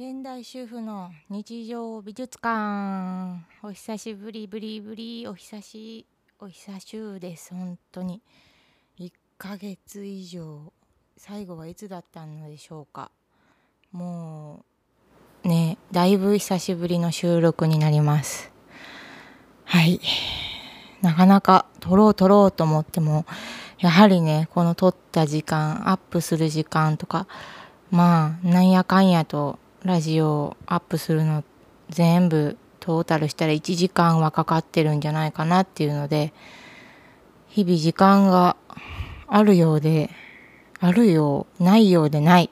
現代主婦の日常美術館。お久しぶりお久しゅうです。本当に1ヶ月以上、最後はいつだったのでしょうか。もうね、だいぶ久しぶりの収録になります。はい、なかなか撮ろうと思っても、やはりね、この撮った時間、アップする時間とか、なんやかんやとラジオをアップするの全部トータルしたら1時間はかかってるんじゃないかなっていうので、日々時間があるようでないようでない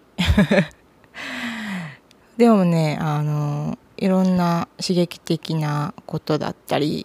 でもね、いろんな刺激的なことだったり、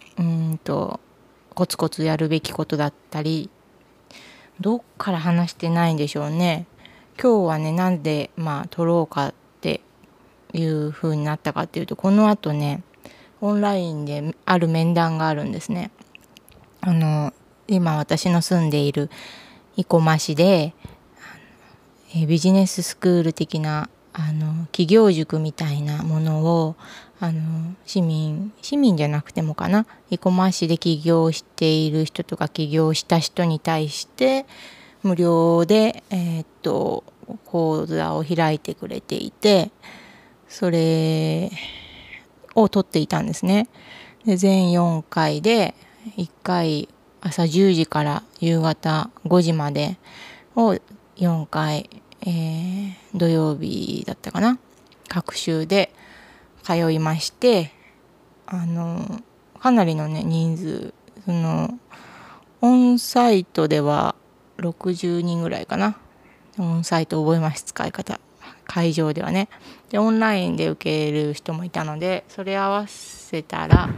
コツコツやるべきことだったり、どっから話してないんでしょうね。今日はね、なんで撮ろうかっていう風になったかっていうと、この後ね、オンラインである面談があるんですね。今私の住んでいる生駒市でビジネススクール的な企業塾みたいなものを市民じゃなくてもかな、生駒市で起業している人とか起業した人に対して無料で講座を開いてくれていて、それを取っていたんですね。で、全4回で1回朝10時から夕方5時までを4回、土曜日だったかな、各週で通いまして、かなりのね人数、オンサイトでは60人ぐらいかな。オンサイト覚えます、使い方。会場ではね。で、オンラインで受ける人もいたので、それ合わせたら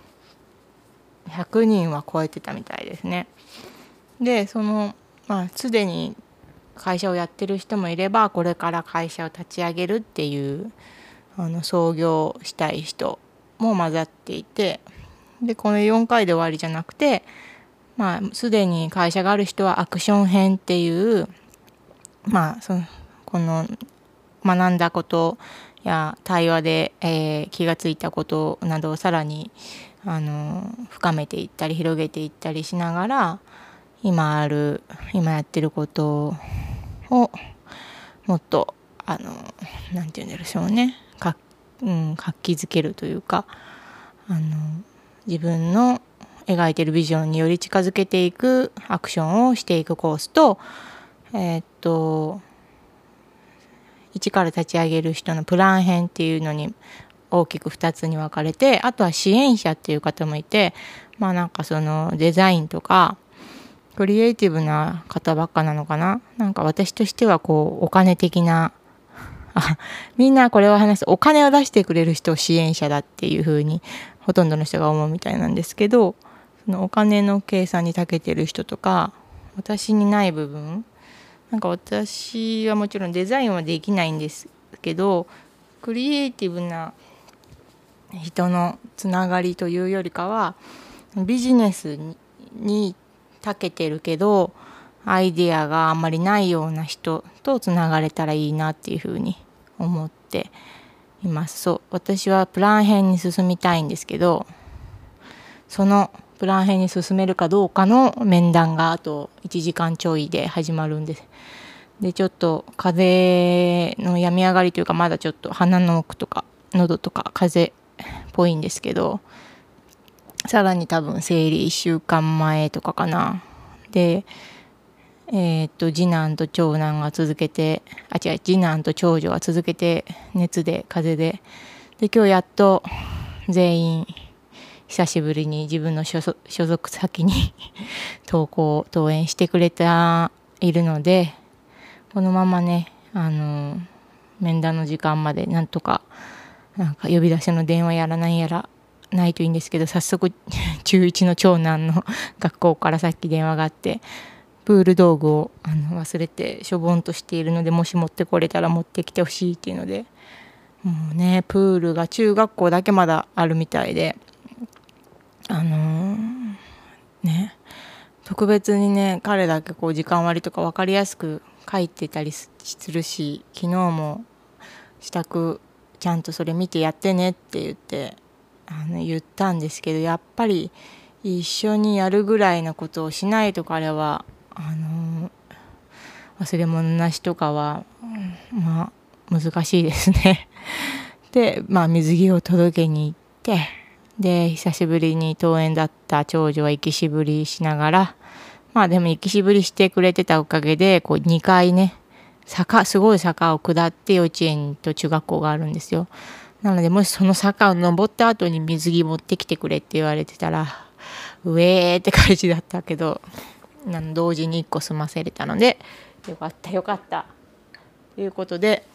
100人は超えてたみたいですね。で、すでに会社をやってる人もいれば、これから会社を立ち上げるっていう創業したい人も混ざっていて、でこの4回で終わりじゃなくて、すでに会社がある人はアクション編っていう、この学んだことや対話で、気がついたことなどをさらに深めていったり広げていったりしながら、今やってることをもっとなんて言うんでしょうね、活気づけるというか、自分の描いてるビジョンにより近づけていくアクションをしていくコースと、一から立ち上げる人のプラン編っていうのに大きく2つに分かれて、あとは支援者っていう方もいて、そのデザインとかクリエイティブな方ばっかなのかな。私としてはお金的な、みんなこれを話す、お金を出してくれる人を支援者だっていう風にほとんどの人が思うみたいなんですけど、そのお金の計算に長けてる人とか、私にない部分、私はもちろんデザインはできないんですけど、クリエイティブな人のつながりというよりかは、ビジネスに長けてるけどアイデアがあんまりないような人とつながれたらいいなっていうふうに思っています。私はプラン編に進みたいんですけど、そのプラン編に進めるかどうかの面談があと1時間ちょいで始まるんです。で、ちょっと風の病み上がりというか、まだちょっと鼻の奥とか喉とか風邪っぽいんですけど、さらに多分生理1週間前とかかな。で、次男と長男が続けて、次男と長女が続けて熱で風邪で、今日やっと全員久しぶりに自分の所属先に登園してくれいるので、このままね、面談の時間までなんとか、呼び出しの電話やら何やらないといいんですけど、早速中1の長男の学校からさっき電話があって、プール道具を忘れてしょぼんとしているので、もし持ってこれたら持ってきてほしいっていうので、もうね、プールが中学校だけまだあるみたいで、特別にね、彼だけ時間割とか分かりやすく書いてたりするし、昨日も支度ちゃんとそれ見てやってねって言ったんですけど、やっぱり一緒にやるぐらいのことをしないと彼は忘れ物なしとかは、まあ難しいですね。で、水着を届けに行って、で久しぶりに登園だった長女は行きしぶりしながら、でも行きしぶりしてくれてたおかげでこう2回ね、すごい坂を下って幼稚園と中学校があるんですよ。なのでもしその坂を登った後に水着持ってきてくれって言われてたらうえーって感じだったけど、同時に1個済ませれたのでよかったということで、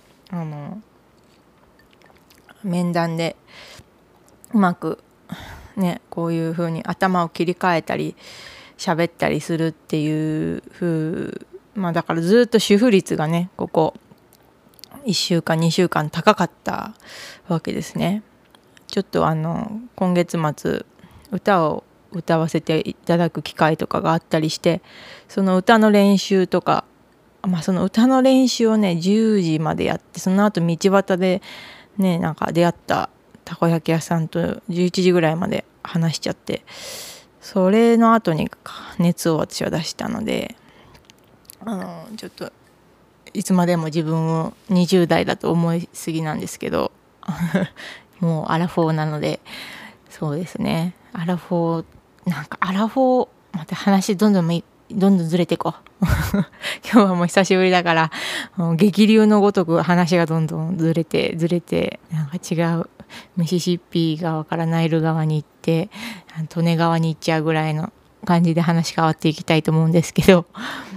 面談でうまくね、こういう風に頭を切り替えたり喋ったりするっていう風、だからずっと主婦率がね、ここ1週間2週間高かったわけですね。ちょっと今月末歌を歌わせていただく機会とかがあったりして、その歌の練習とか、その歌の練習をね10時までやって、その後道端でねなんか出会ったたこ焼き屋さんと11時ぐらいまで話しちゃって、それの後に熱を私は出したので、ちょっといつまでも自分を20代だと思いすぎなんですけどもうアラフォーなので、そうですね、アラフォーまた話どんどんずれていこう今日はもう久しぶりだから、激流のごとく話がどんどんずれてなんか違うミシシッピ川からナイル川に行って利根川に行っちゃうぐらいの感じで話変わっていきたいと思うんですけど、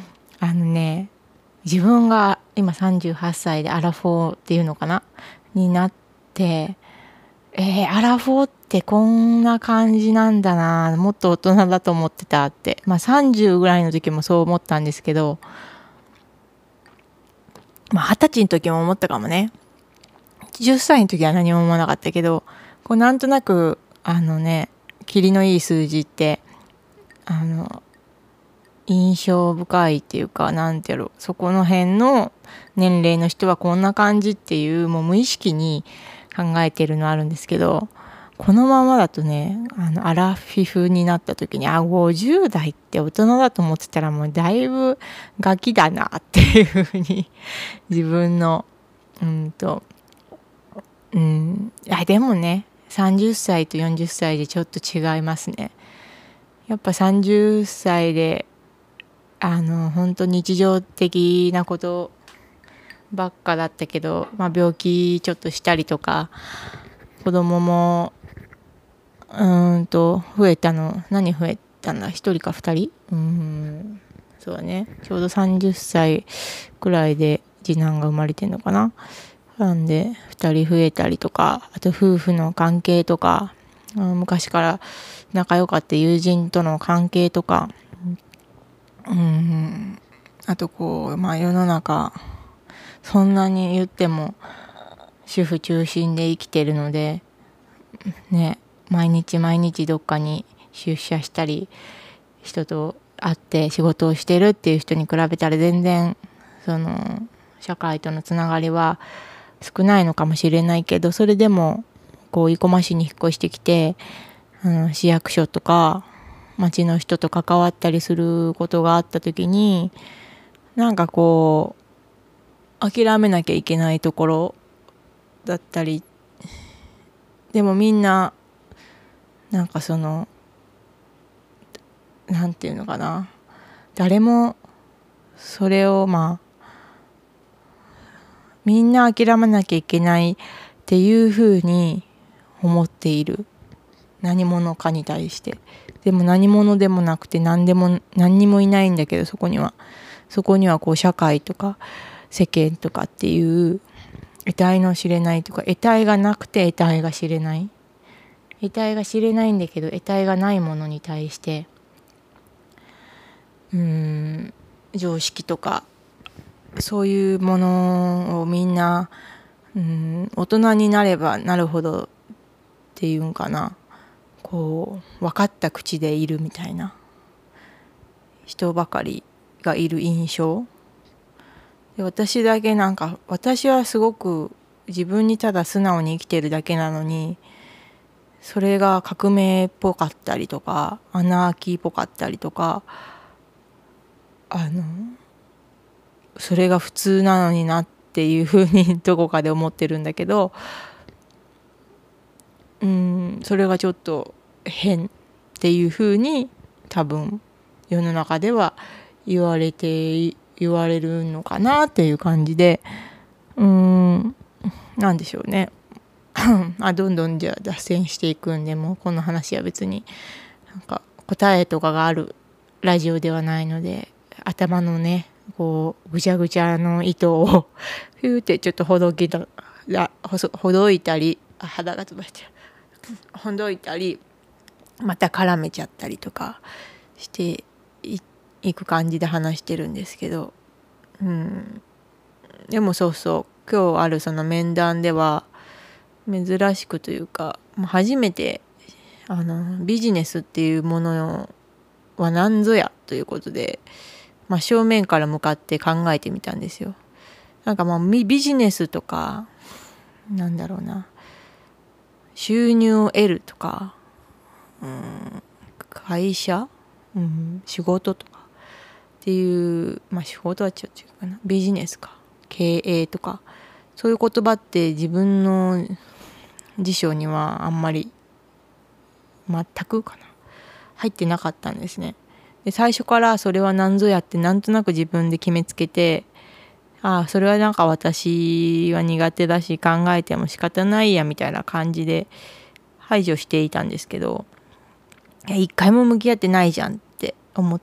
自分が今38歳でアラフォーっていうのかなになって、アラフォーってこんな感じなんだな、もっと大人だと思ってたって、30ぐらいの時もそう思ったんですけど、20歳の時も思ったかもね。10歳の時は何も思わなかったけど、こうなんとなくキリのいい数字って印象深いっていうか、そこの辺の年齢の人はこんな感じっていう、もう無意識に考えてるのあるんですけど、このままだとね、アラフィフになった時に50代って大人だと思ってたらもうだいぶガキだなっていうふうに自分のでもね、30歳と40歳でちょっと違いますね。やっぱ30歳で本当日常的なことばっかだったけど、病気ちょっとしたりとか、子供も増えたの、何増えたんだ、1人か2人、そうだね、ちょうど30歳くらいで次男が生まれてんのかな。なんで2人増えたりとか、あと夫婦の関係とか、昔から仲良かった友人との関係とか、あと世の中そんなに言っても主婦中心で生きてるのでね、毎日どっかに出社したり人と会って仕事をしてるっていう人に比べたら全然その社会とのつながりは少ないのかもしれないけど、それでも生駒市に引っ越してきて市役所とか町の人と関わったりすることがあった時に、諦めなきゃいけないところだったり、でもみんななんていうのかな、誰もそれをみんな諦めなきゃいけないっていうふうに思っている、何者かに対して。でも何者でもなくて何にもいないんだけど、そこには社会とか世間とかっていう得体の知れないとか、得体がなくて得体が知れない、得体が知れないんだけど得体がないものに対して常識とかそういうものをみんな大人になればなるほどっていうんかな、分かった口でいるみたいな人ばかりがいる印象で、私だけ私はすごく自分にただ素直に生きてるだけなのに、それが革命っぽかったりとかアナーキーっぽかったりとか、それが普通なのになっていうふうにどこかで思ってるんだけど、それがちょっと変っていうふうに多分世の中では言われるのかなっていう感じで、なんでしょうね。どんどんじゃあ脱線していくんで、もうこの話は別になんか答えとかがあるラジオではないので、頭のねこうぐちゃぐちゃの糸をフューってちょっとほどいたり、肌が飛ばしちゃう、ほどいたりまた絡めちゃったりとかしていく感じで話してるんですけど、でもそうそう、今日あるその面談では珍しくというか、初めてビジネスっていうものは何ぞやということで、正面から向かって考えてみたんですよ。なんかビジネスとかなんだろうな、収入を得るとか、会社、仕事とかっていう、仕事はちょっと違うかな、ビジネスか経営とか、そういう言葉って自分の辞書にはあんまり全くかな入ってなかったんですね。で最初からそれは何ぞやってなんとなく自分で決めつけて、それはなんか私は苦手だし考えても仕方ないやみたいな感じで排除していたんですけど、一回も向き合ってないじゃんって思って、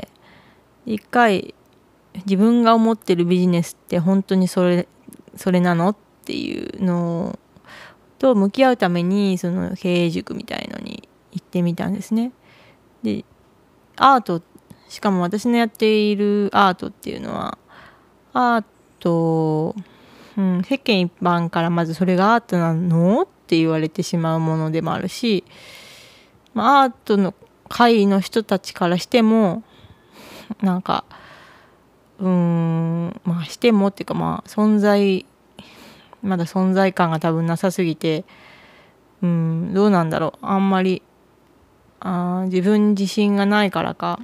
一回自分が思ってるビジネスって本当にそれなのっていうのと向き合うために、その経営塾みたいのに行ってみたんですね。でアート、しかも私のやっているアートっていうのはアート、世間一般からまずそれがアートなのって言われてしまうものでもあるし、アートの会の人たちからしてもなんかしてもっていうか、まだ存在感が多分なさすぎて、どうなんだろう、あんまり自分自信がないからか、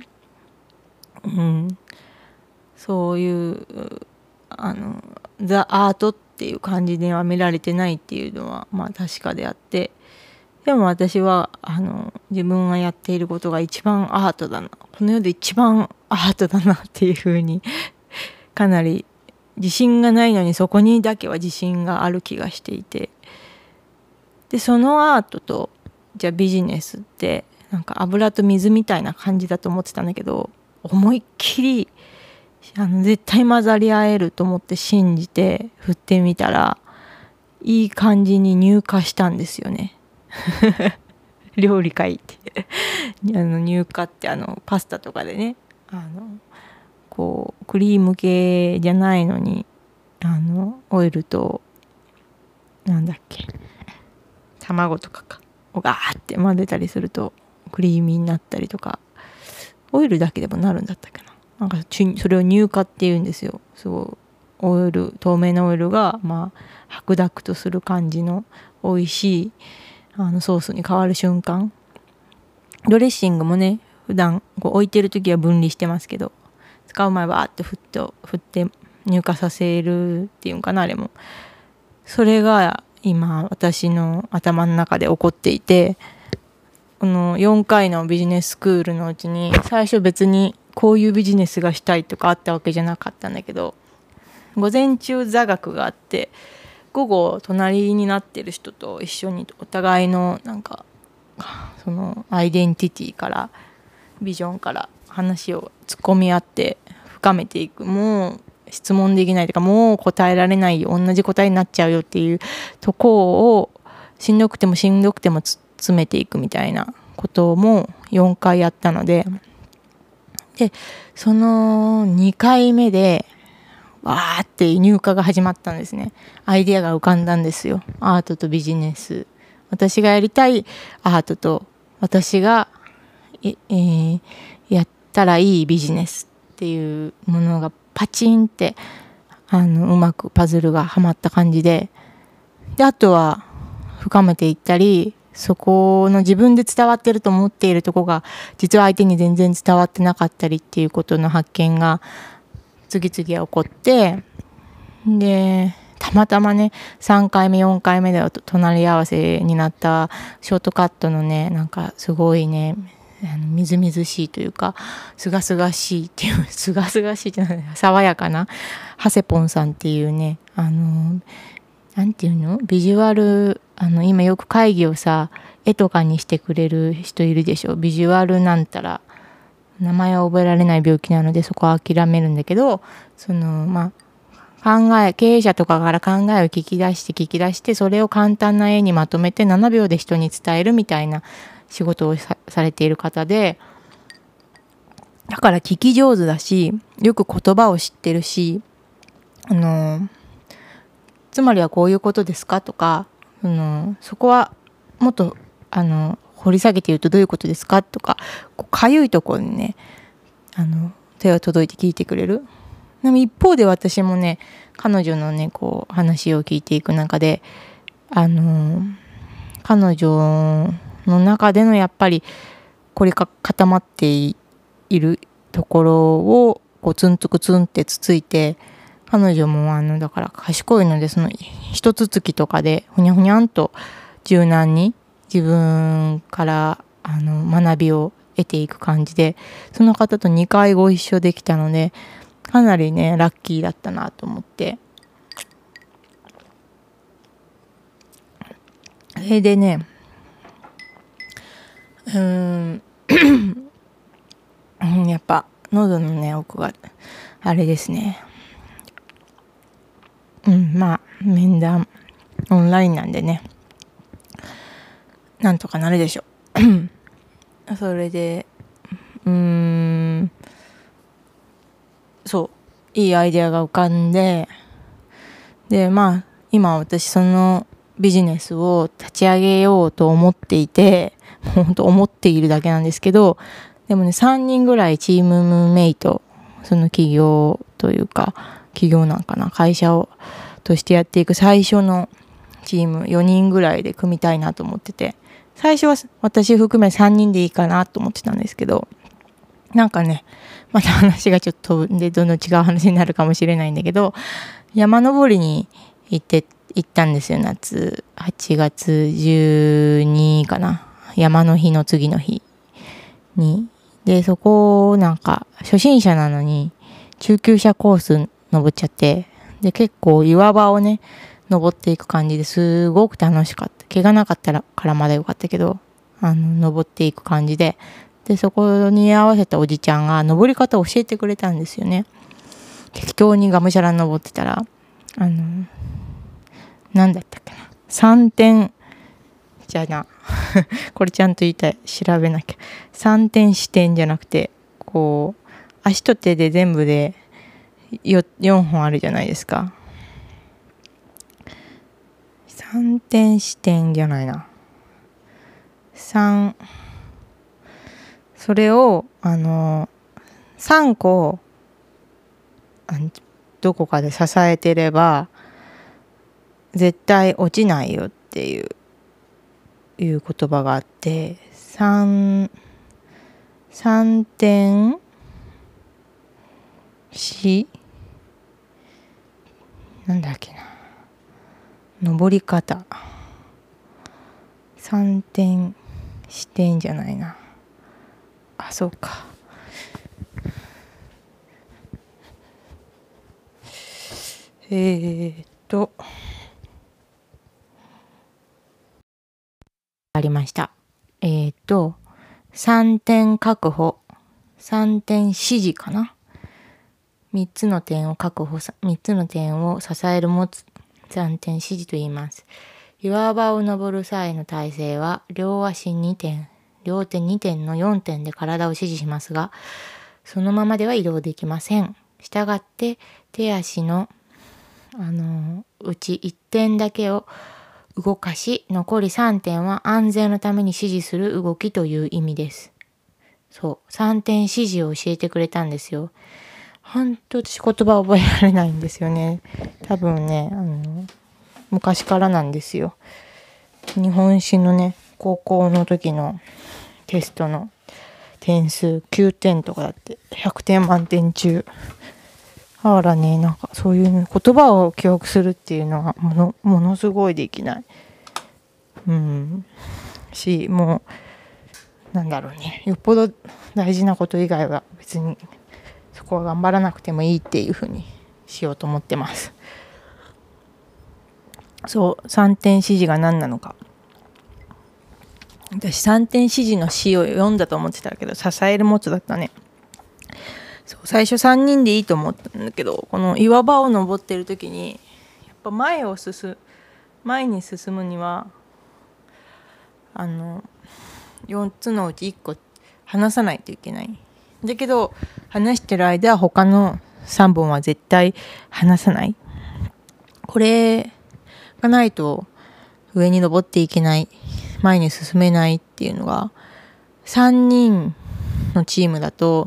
そういうザ・アートっていう感じでは見られてないっていうのは確かであって、でも私は自分がやっていることが一番アートだな、この世で一番アートだなっていう風にかなり自信がないのにそこにだけは自信がある気がしていて、でそのアートとじゃあビジネスってなんか油と水みたいな感じだと思ってたんだけど、思いっきり絶対混ざり合えると思って信じて振ってみたら、いい感じに乳化したんですよね。料理界って乳化ってパスタとかでね、こうクリーム系じゃないのにオイルとなんだっけ卵とかをガーって混ぜたりするとクリーミーになったりとか、オイルだけでもなるんだったっけな、なんかそれを乳化っていうんですよ。すごい透明なオイルが白濁とする感じの美味しいソースに変わる瞬間。ドレッシングもね、普段置いてる時は分離してますけど、使う前はって振って乳化させるっていうんかな、あれも。それが今私の頭の中で起こっていて、この4回のビジネススクールのうちに最初別にこういうビジネスがしたいとかあったわけじゃなかったんだけど、午前中座学があって、午後隣になってる人と一緒にお互いのなんかそのアイデンティティからビジョンから話を突っ込み合って深めていく、もう質問できないというか、もう答えられないよ、同じ答えになっちゃうよっていうとこをしんどくても詰めていくみたいなことも4回やったので、その2回目でわーって入荷が始まったんですね。アイデアが浮かんだんですよ。アートとビジネス、私がやりたいアートと私が、やったらいいビジネスっていうものがパチンってうまくパズルがはまった感じで、 で、あとは深めていったり、そこの自分で伝わってると思っているとこが実は相手に全然伝わってなかったりっていうことの発見が次々起こって、でたまたまね3回目4回目で隣り合わせになったショートカットのね、なんかすごいねみずみずしいというかすがすがしいっていうすがすがしいって爽やかなハセポンさんっていうね、なんていうの、ビジュアル、今よく会議をさ絵とかにしてくれる人いるでしょ。ビジュアルなんたら、名前は覚えられない病気なのでそこは諦めるんだけど、その経営者とかから考えを聞き出してそれを簡単な絵にまとめて7秒で人に伝えるみたいな仕事をされている方で、だから聞き上手だし、よく言葉を知ってるし、つまりはこういうことですかとか、そこはもっと掘り下げて言うとどういうことですかとか、かゆいところにね手を届いて聞いてくれる。でも一方で私もね、彼女のねこう話を聞いていく中で彼女の中でのやっぱり凝り固まっているところをこうツンってつついて、彼女もだから賢いので、その一つつきとかでふにゃふにゃんと柔軟に自分から学びを得ていく感じで、その方と2回ご一緒できたのでかなりねラッキーだったなと思って、それでねやっぱ喉のね奥があれですね。面談オンラインなんでね、なんとかなるでしょうそれでそういいアイデアが浮かんで、今私そのビジネスを立ち上げようと思っていて、もう本当思っているだけなんですけど、でもね3人ぐらいチームメイト、その企業というか企業なんかな、会社をとしてやっていく最初のチーム4人ぐらいで組みたいなと思ってて、最初は私含め3人でいいかなと思ってたんですけど、なんかねまた話がちょっとどんどん違う話になるかもしれないんだけど、山登りに行ったんですよ。夏8月12かな、山の日の次の日に。でそこなんか初心者なのに中級者コース登っちゃって、で結構岩場をね登っていく感じですごく楽しかった。怪我なかったからまだよかったけど、登っていく感じで、そこに合わせたおじちゃんが登り方を教えてくれたんですよね。適当にがむしゃらに登ってたらなんだったっけな、3点じゃなこれちゃんと言いたい、調べなきゃ。3点視点じゃなくて、こう足と手で全部で4本あるじゃないですか。3点視点じゃないな、それを3個どこかで支えてれば絶対落ちないよっていう言葉があって、3点4なんだっけな、登り方3点視点じゃないな、そうか、ありました。3点確保、3点指示かな。3つの点を確保、3つの点を支える持つ3点指示と言います。岩場を登る際の体勢は両足2点、両手2点の4点で体を支持しますが、そのままでは移動できません。したがって手足のうち1点だけを動かし、残り3点は安全のために指示する動きという意味です。そう、3点指示を教えてくれたんですよ。本当私言葉覚えられないんですよね。多分ね、 昔からなんですよ。日本史のね、高校の時のテストの点数9点とかだって、100点満点中。だからね、なんかそういう言葉を記憶するっていうのがものすごいできない。し、もう、なんだろうね、よっぽど大事なこと以外は別にそこは頑張らなくてもいいっていう風にしようと思ってます。そう、3点指示が何なのか。私3点指示の詩を読んだと思ってたけど、支えるもつだったね。そう、最初3人でいいと思ったんだけど、この岩場を登ってる時にやっぱ前に進むには4つのうち1個離さないといけない。だけど離してる間は他の3本は絶対離さない。これがないと上に登っていけない、前に進めないっていうのが、3人のチームだと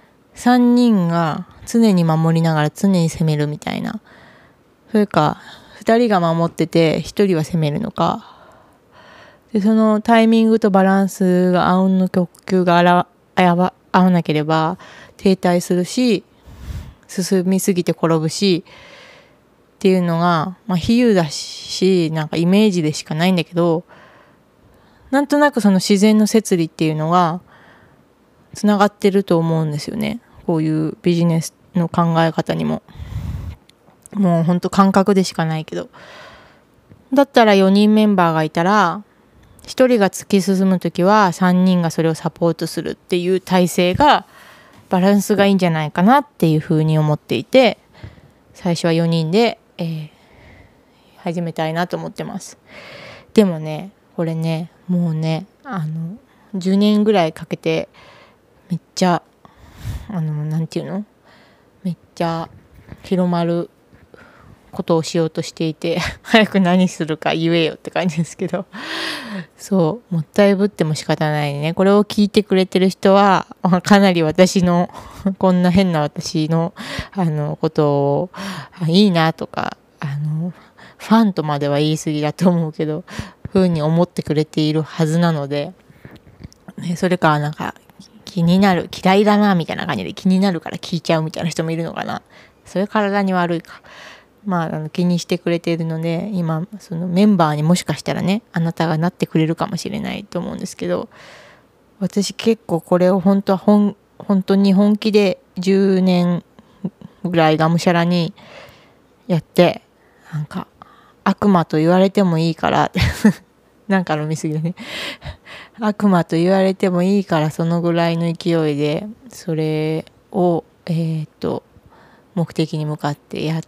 3人が常に守りながら常に攻めるみたいな。それか2人が守ってて1人は攻めるのか。でそのタイミングとバランスが暗雲の曲球が合わなければ停滞するし、進みすぎて転ぶしっていうのが、比喩だし、なんかイメージでしかないんだけど、なんとなくその自然の摂理っていうのがつながってると思うんですよね。こういうビジネスの考え方にも。もうほんと感覚でしかないけど。だったら4人メンバーがいたら、1人が突き進むときは3人がそれをサポートするっていう体制がバランスがいいんじゃないかなっていうふうに思っていて、最初は4人で、始めたいなと思ってます。でもね、これね、もうね、10年ぐらいかけてめっちゃなんていうの、めっちゃ広まることをしようとしていて早く何するか言えよって感じですけど、そうもったいぶっても仕方ないね。これを聞いてくれてる人はかなり私のこんな変な私のことをいいなとかファンとまでは言い過ぎだと思うけど風に思ってくれているはずなので、それからなんか気になる、嫌いだなみたいな感じで気になるから聞いちゃうみたいな人もいるのかな。それ体に悪いか。気にしてくれているので、今そのメンバーにもしかしたらね、あなたがなってくれるかもしれないと思うんですけど、私結構これを本当に本気で10年ぐらいがむしゃらにやって、なんか悪魔と言われてもいいからなんか飲みすぎだね悪魔と言われてもいいからそのぐらいの勢いでそれを目的に向かってやって、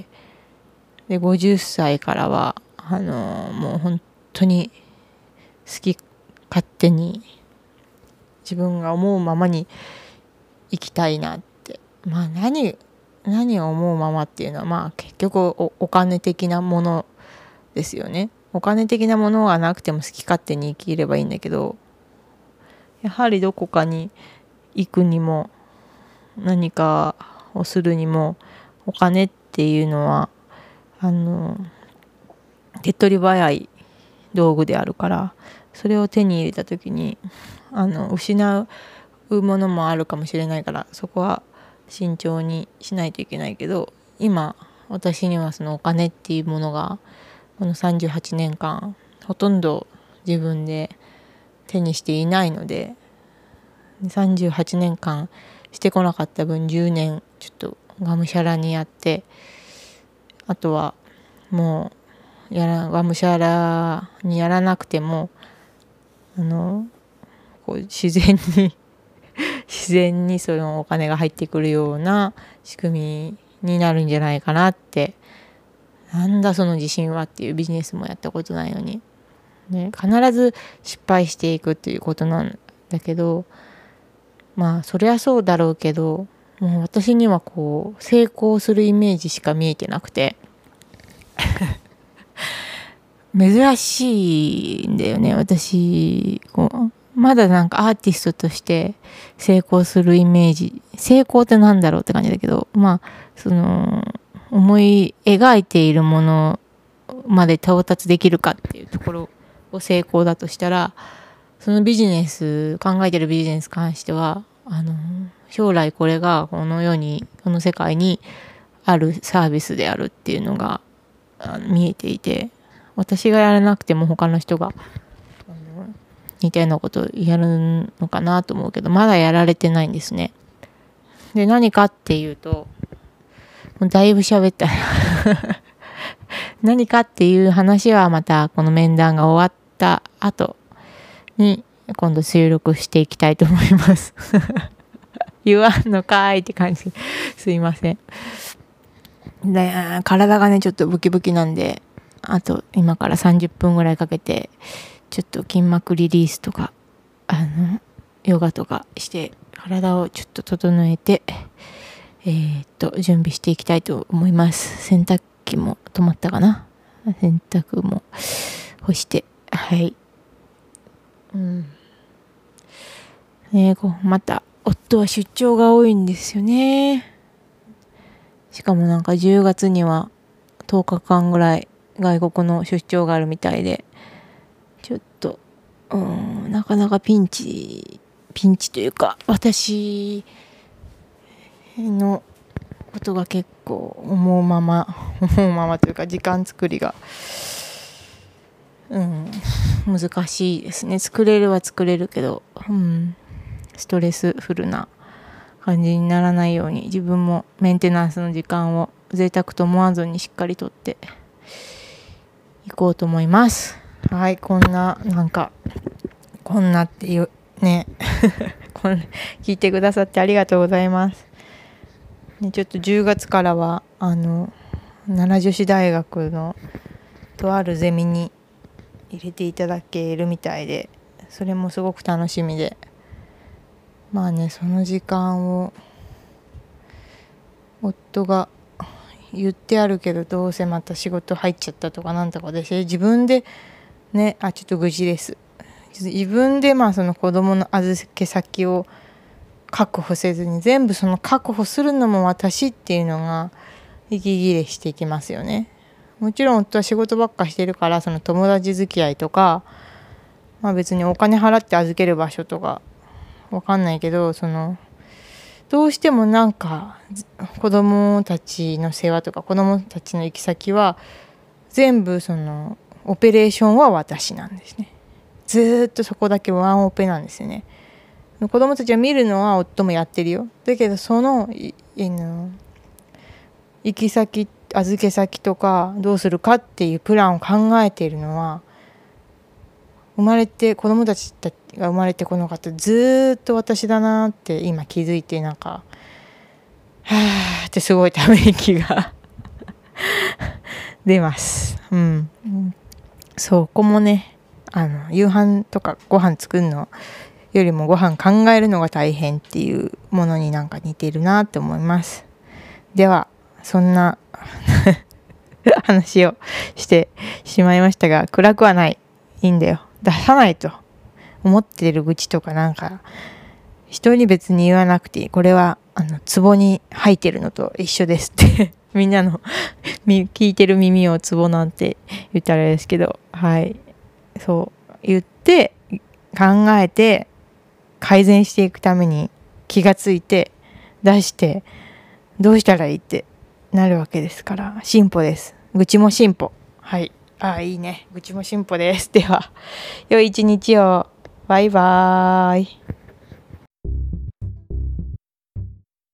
で50歳からはもう本当に好き勝手に自分が思うままに生きたいなって。何を思うままっていうのは結局お金的なものですよね。お金的なものがなくても好き勝手に生きればいいんだけど、やはりどこかに行くにも何かをするにもお金っていうのは手っ取り早い道具であるから、それを手に入れた時に失うものもあるかもしれないから、そこは慎重にしないといけないけど、今私にはそのお金っていうものがこの38年間ほとんど自分で手にしていないので、38年間してこなかった分10年ちょっとがむしゃらにやって、あとはもうがむしゃらにやらなくてもこう自然にそのお金が入ってくるような仕組みになるんじゃないかなって。なんだその自信はっていう、ビジネスもやったことないのに、ね、必ず失敗していくっていうことなんだけど、そりゃそうだろうけど、もう私にはこう成功するイメージしか見えてなくて珍しいんだよね。私まだなんかアーティストとして成功するイメージ、成功ってなんだろうって感じだけど、その思い描いているものまで到達できるかっていうところを成功だとしたら、そのビジネス、考えてるビジネスに関しては、将来これがこの世に、この世界にあるサービスであるっていうのが見えていて、私がやらなくても他の人が似たようなことをやるのかなと思うけど、まだやられてないんですね。で、何かっていうと、もうだいぶ喋った。何かっていう話はまたこの面談が終わった後に今度収録していきたいと思います。言わんのかーいって感じ。すいません。で、体がね、ちょっとブキブキなんで、あと今から30分ぐらいかけて、ちょっと筋膜リリースとか、ヨガとかして、体をちょっと整えて、準備していきたいと思います。洗濯機も止まったかな。洗濯も干して、はい。また、夫は出張が多いんですよね。しかもなんか10月には10日間ぐらい外国の出張があるみたいで、ちょっと、なかなかピンチというか、私のことが結構思うままというか、時間作りが、難しいですね。作れるは作れるけど、ストレスフルな感じにならないように、自分もメンテナンスの時間を贅沢と思わずにしっかりとっていこうと思います。はい、こんなっていうね聞いてくださってありがとうございます。ね、ちょっと10月からは奈良女子大学のとあるゼミに入れていただけるみたいで、それもすごく楽しみで、まあね、その時間を夫が言ってあるけど、どうせまた仕事入っちゃったとかなんとかで、自分でね、ちょっと愚痴です。自分でその子供の預け先を確保せずに、全部その確保するのも私っていうのが息切れしていきますよね。もちろん夫は仕事ばっかしてるから、その友達付き合いとか、別にお金払って預ける場所とかわかんないけど、どうしてもなんか子供たちの世話とか子供たちの行き先は全部そのオペレーションは私なんですね。ずーっとそこだけワンオペなんですよね。子供たちは見るのは夫もやってるよ。だけどその行き先、預け先とかどうするかっていうプランを考えているのは、子供たちが生まれてこなかったずーっと私だなって今気づいて、はーってすごいため息が出ます。そこもね、夕飯とかご飯作るのよりもご飯考えるのが大変っていうものになんか似てるなって思います。では、そんな話をしてしまいましたが、暗くはない。いいんだよ。出さないと。思ってる愚痴とか人に別に言わなくていい。これは壺に入ってるのと一緒ですってみんなの聞いてる耳を壺なんて言ったらあれですけど、はい、そう言って考えて改善していくために気がついて出してどうしたらいいってなるわけですから、進歩です。愚痴も進歩。はい、いいね。愚痴も進歩です。では良い一日を。バイバーイ。